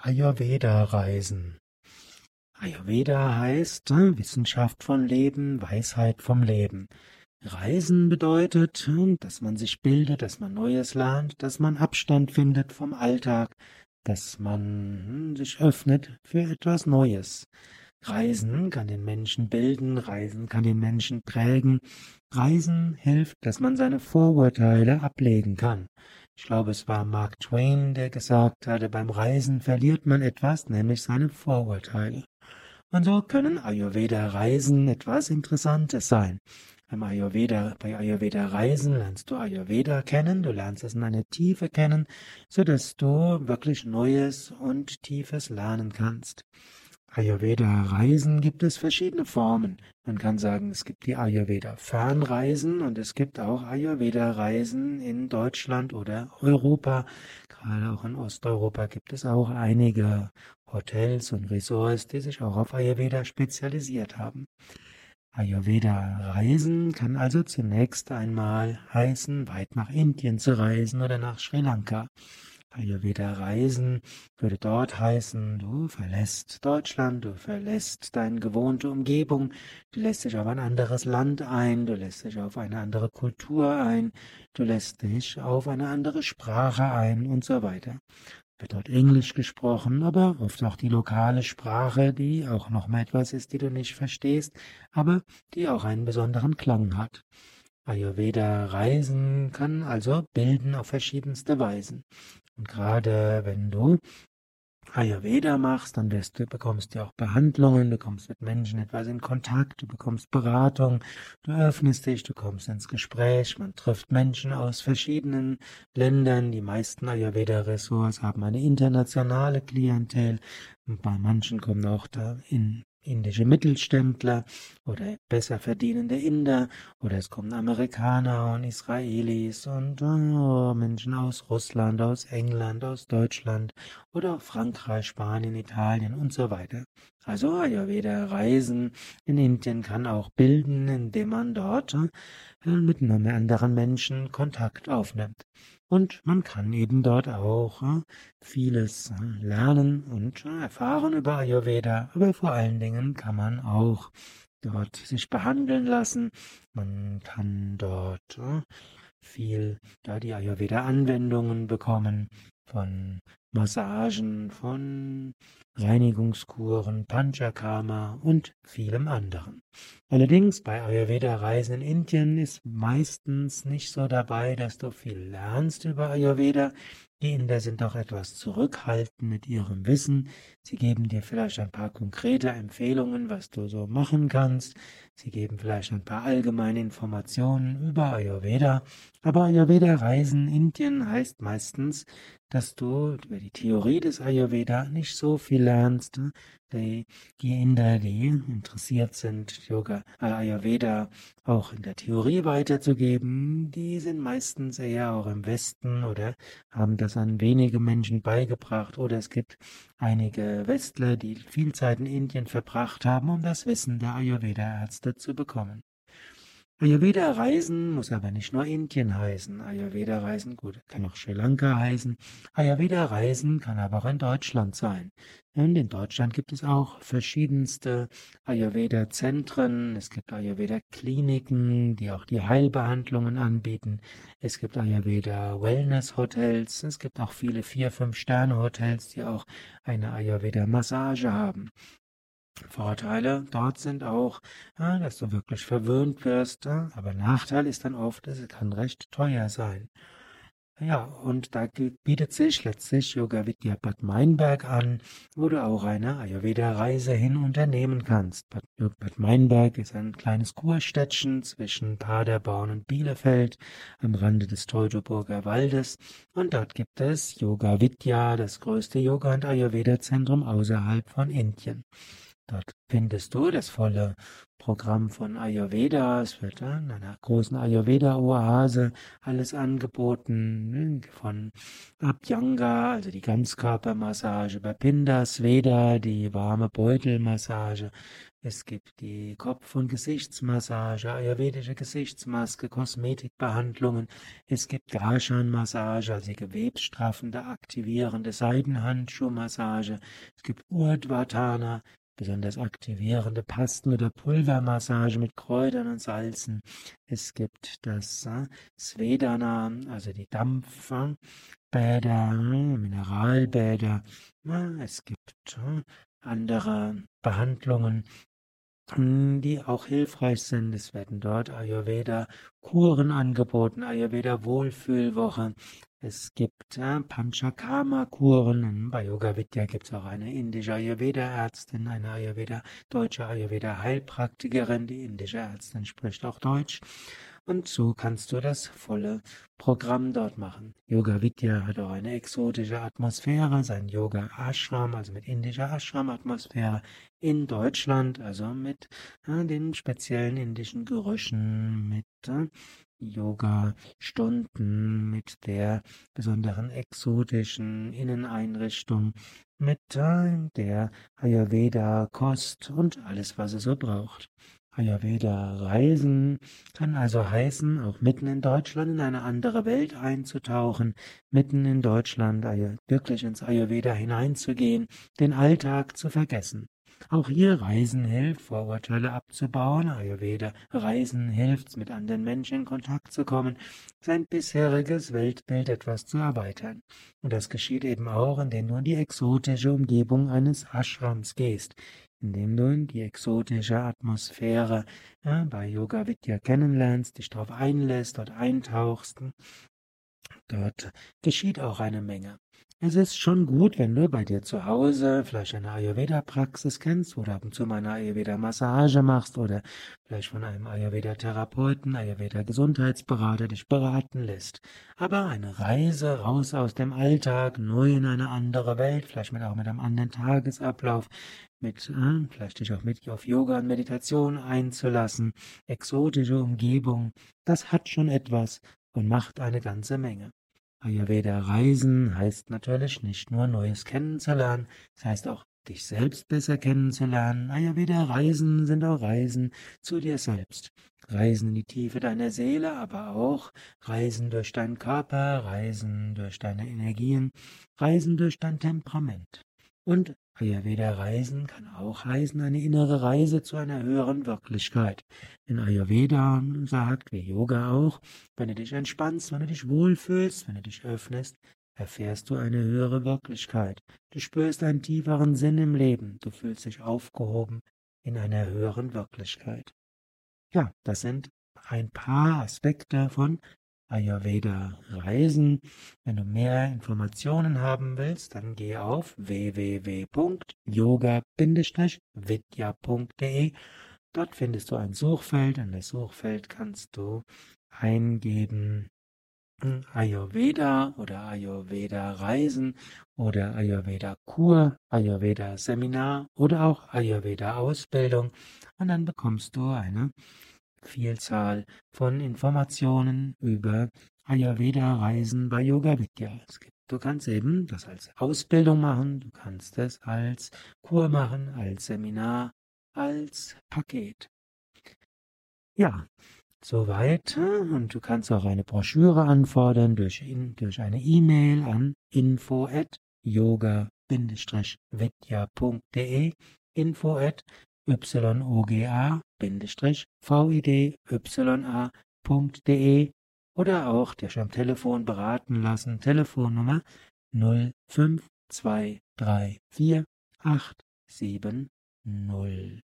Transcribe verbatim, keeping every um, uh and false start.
Ayurveda-Reisen. Ayurveda heißt äh, Wissenschaft von Leben, Weisheit vom Leben. Reisen bedeutet, äh, dass man sich bildet, dass man Neues lernt, dass man Abstand findet vom Alltag, dass man äh, sich öffnet für etwas Neues. Reisen kann den Menschen bilden, Reisen kann den Menschen prägen. Reisen hilft, dass man seine Vorurteile ablegen kann. Ich glaube, es war Mark Twain, der gesagt hatte, beim Reisen verliert man etwas, nämlich seine Vorurteile. Und so können Ayurveda-Reisen etwas Interessantes sein. Beim Ayurveda, bei Ayurveda-Reisen lernst du Ayurveda kennen, du lernst es in einer Tiefe kennen, sodass du wirklich Neues und Tiefes lernen kannst. Ayurveda-Reisen gibt es verschiedene Formen. Man kann sagen, es gibt die Ayurveda-Fernreisen und es gibt auch Ayurveda-Reisen in Deutschland oder Europa. Gerade auch in Osteuropa gibt es auch einige Hotels und Resorts, die sich auch auf Ayurveda spezialisiert haben. Ayurveda-Reisen kann also zunächst einmal heißen, weit nach Indien zu reisen oder nach Sri Lanka. Ayurveda-Reisen würde dort heißen, du verlässt Deutschland, du verlässt deine gewohnte Umgebung, du lässt dich auf ein anderes Land ein, du lässt dich auf eine andere Kultur ein, du lässt dich auf eine andere Sprache ein und so weiter. Wird dort Englisch gesprochen, aber oft auch die lokale Sprache, die auch nochmal etwas ist, die du nicht verstehst, aber die auch einen besonderen Klang hat. Ayurveda-Reisen kann also bilden auf verschiedenste Weisen. Und gerade wenn du Ayurveda machst, dann wirst du, bekommst du auch Behandlungen, du kommst mit Menschen etwas in Kontakt, du bekommst Beratung, du öffnest dich, du kommst ins Gespräch, man trifft Menschen aus verschiedenen Ländern. Die meisten Ayurveda-Ressorts haben eine internationale Klientel, und bei manchen kommen auch da in indische Mittelständler oder besser verdienende Inder oder es kommen Amerikaner und Israelis und oh, Menschen aus Russland, aus England, aus Deutschland oder auch Frankreich, Spanien, Italien und so weiter. Also Ayurveda-Reisen in Indien kann auch bilden, indem man dort äh, mit anderen Menschen Kontakt aufnimmt. Und man kann eben dort auch äh, vieles äh, lernen und äh, erfahren über Ayurveda, aber vor allen Dingen kann man auch dort sich behandeln lassen. Man kann dort äh, viel, da die Ayurveda-Anwendungen bekommen, von Massagen, von Reinigungskuren, Panchakarma und vielem anderen. Allerdings bei Ayurveda-Reisen in Indien ist meistens nicht so dabei, dass du viel lernst über Ayurveda. Die Inder sind auch etwas zurückhaltend mit ihrem Wissen. Sie geben dir vielleicht ein paar konkrete Empfehlungen, was du so machen kannst. Sie geben vielleicht ein paar allgemeine Informationen über Ayurveda. Aber Ayurveda-Reisen in Indien heißt meistens, dass du über die Theorie des Ayurveda nicht so viel lernst. Die, die Inder, die interessiert sind, Yoga, Ayurveda auch in der Theorie weiterzugeben, die sind meistens eher auch im Westen oder haben das an wenige Menschen beigebracht. Oder es gibt einige Westler, die viel Zeit in Indien verbracht haben, um das Wissen der Ayurveda-Ärzte zu bekommen. Ayurveda-Reisen muss aber nicht nur Indien heißen. Ayurveda-Reisen, gut, kann auch Sri Lanka heißen. Ayurveda-Reisen kann aber auch in Deutschland sein. Und in Deutschland gibt es auch verschiedenste Ayurveda-Zentren. Es gibt Ayurveda-Kliniken, die auch die Heilbehandlungen anbieten. Es gibt Ayurveda-Wellness-Hotels. Es gibt auch viele vier-, fünf-Sterne-Hotels, die auch eine Ayurveda-Massage haben. Vorteile dort sind auch, ja, dass du wirklich verwöhnt wirst, ja, aber Nachteil ist dann oft, es kann recht teuer sein. Ja, und da bietet sich letztlich Yoga Vidya Bad Meinberg an, wo du auch eine Ayurveda-Reise hin unternehmen kannst. Bad, Bad Meinberg ist ein kleines Kurstädtchen zwischen Paderborn und Bielefeld am Rande des Teutoburger Waldes und dort gibt es Yoga Vidya, das größte Yoga- und Ayurveda-Zentrum außerhalb von Indien. Dort findest du das volle Programm von Ayurveda. Es wird in einer großen Ayurveda-Oase alles angeboten, von Abhyanga, also die Ganzkörpermassage, über Pindasveda, die warme Beutelmassage. Es gibt die Kopf- und Gesichtsmassage, ayurvedische Gesichtsmaske, Kosmetikbehandlungen. Es gibt Darshan-Massage, also die gewebsstraffende, aktivierende Seidenhandschuhmassage. Es gibt Urdhvatana, besonders aktivierende Pasten- oder Pulvermassage mit Kräutern und Salzen. Es gibt das äh, Svedana, also die Dampfbäder, äh, Mineralbäder. Ja, es gibt äh, andere Behandlungen, die auch hilfreich sind. Es werden dort Ayurveda-Kuren angeboten, Ayurveda-Wohlfühlwoche. Es gibt äh, Panchakarma-Kuren. Bei Yoga Vidya gibt es auch eine indische Ayurveda-Ärztin, eine Ayurveda, deutsche Ayurveda-Heilpraktikerin. Die indische Ärztin spricht auch Deutsch. Und so kannst du das volle Programm dort machen. Yoga Vidya hat auch eine exotische Atmosphäre, sein Yoga Ashram, also mit indischer Ashram-Atmosphäre in Deutschland, also mit äh, den speziellen indischen Gerüchen, mit äh, Yoga-Stunden, mit der besonderen exotischen Inneneinrichtung, mit äh, der Ayurveda-Kost und alles, was es so braucht. Ayurveda-Reisen kann also heißen, auch mitten in Deutschland in eine andere Welt einzutauchen, mitten in Deutschland wirklich ins Ayurveda hineinzugehen, den Alltag zu vergessen. Auch hier Reisen hilft, Vorurteile abzubauen. Ayurveda Reisen hilft, mit anderen Menschen in Kontakt zu kommen, sein bisheriges Weltbild etwas zu erweitern. Und das geschieht eben auch, indem du in die exotische Umgebung eines Ashrams gehst, indem du in die exotische Atmosphäre ja, bei Yoga Vidya kennenlernst, dich darauf einlässt, dort eintauchst. Dort geschieht auch eine Menge. Es ist schon gut, wenn du bei dir zu Hause vielleicht eine Ayurveda-Praxis kennst oder ab und zu mal eine Ayurveda-Massage machst oder vielleicht von einem Ayurveda-Therapeuten, Ayurveda-Gesundheitsberater dich beraten lässt. Aber eine Reise raus aus dem Alltag, neu in eine andere Welt, vielleicht mit auch mit einem anderen Tagesablauf, mit äh, vielleicht dich auch mit auf Yoga und Meditation einzulassen, exotische Umgebung, das hat schon etwas und macht eine ganze Menge. Ayurveda-Reisen heißt natürlich nicht nur Neues kennenzulernen, es heißt auch, dich selbst besser kennenzulernen. Ayurveda-Reisen sind auch Reisen zu dir selbst. Reisen in die Tiefe deiner Seele, aber auch Reisen durch deinen Körper, Reisen durch deine Energien, Reisen durch dein Temperament. Und Ayurveda-Reisen kann auch heißen, eine innere Reise zu einer höheren Wirklichkeit. In Ayurveda sagt, wie Yoga auch, wenn du dich entspannst, wenn du dich wohlfühlst, wenn du dich öffnest, erfährst du eine höhere Wirklichkeit. Du spürst einen tieferen Sinn im Leben. Du fühlst dich aufgehoben in einer höheren Wirklichkeit. Ja, das sind ein paar Aspekte von Ayurveda-Reisen. Wenn du mehr Informationen haben willst, dann geh auf w w w punkt yoga vidya punkt de. Dort findest du ein Suchfeld. In das Suchfeld kannst du eingeben Ayurveda oder Ayurveda-Reisen oder Ayurveda-Kur, Ayurveda-Seminar oder auch Ayurveda-Ausbildung. Und dann bekommst du eine Vielzahl von Informationen über Ayurveda-Reisen bei Yoga Vidya. Du kannst eben das als Ausbildung machen, du kannst es als Kur machen, als Seminar, als Paket. Ja, soweit. Und du kannst auch eine Broschüre anfordern durch, durch eine E-Mail an info at yoga vidya punkt de, info at yoga vidya punkt de oder auch dich am Telefon beraten lassen. Telefonnummer null fünf zwei drei vier acht sieben null.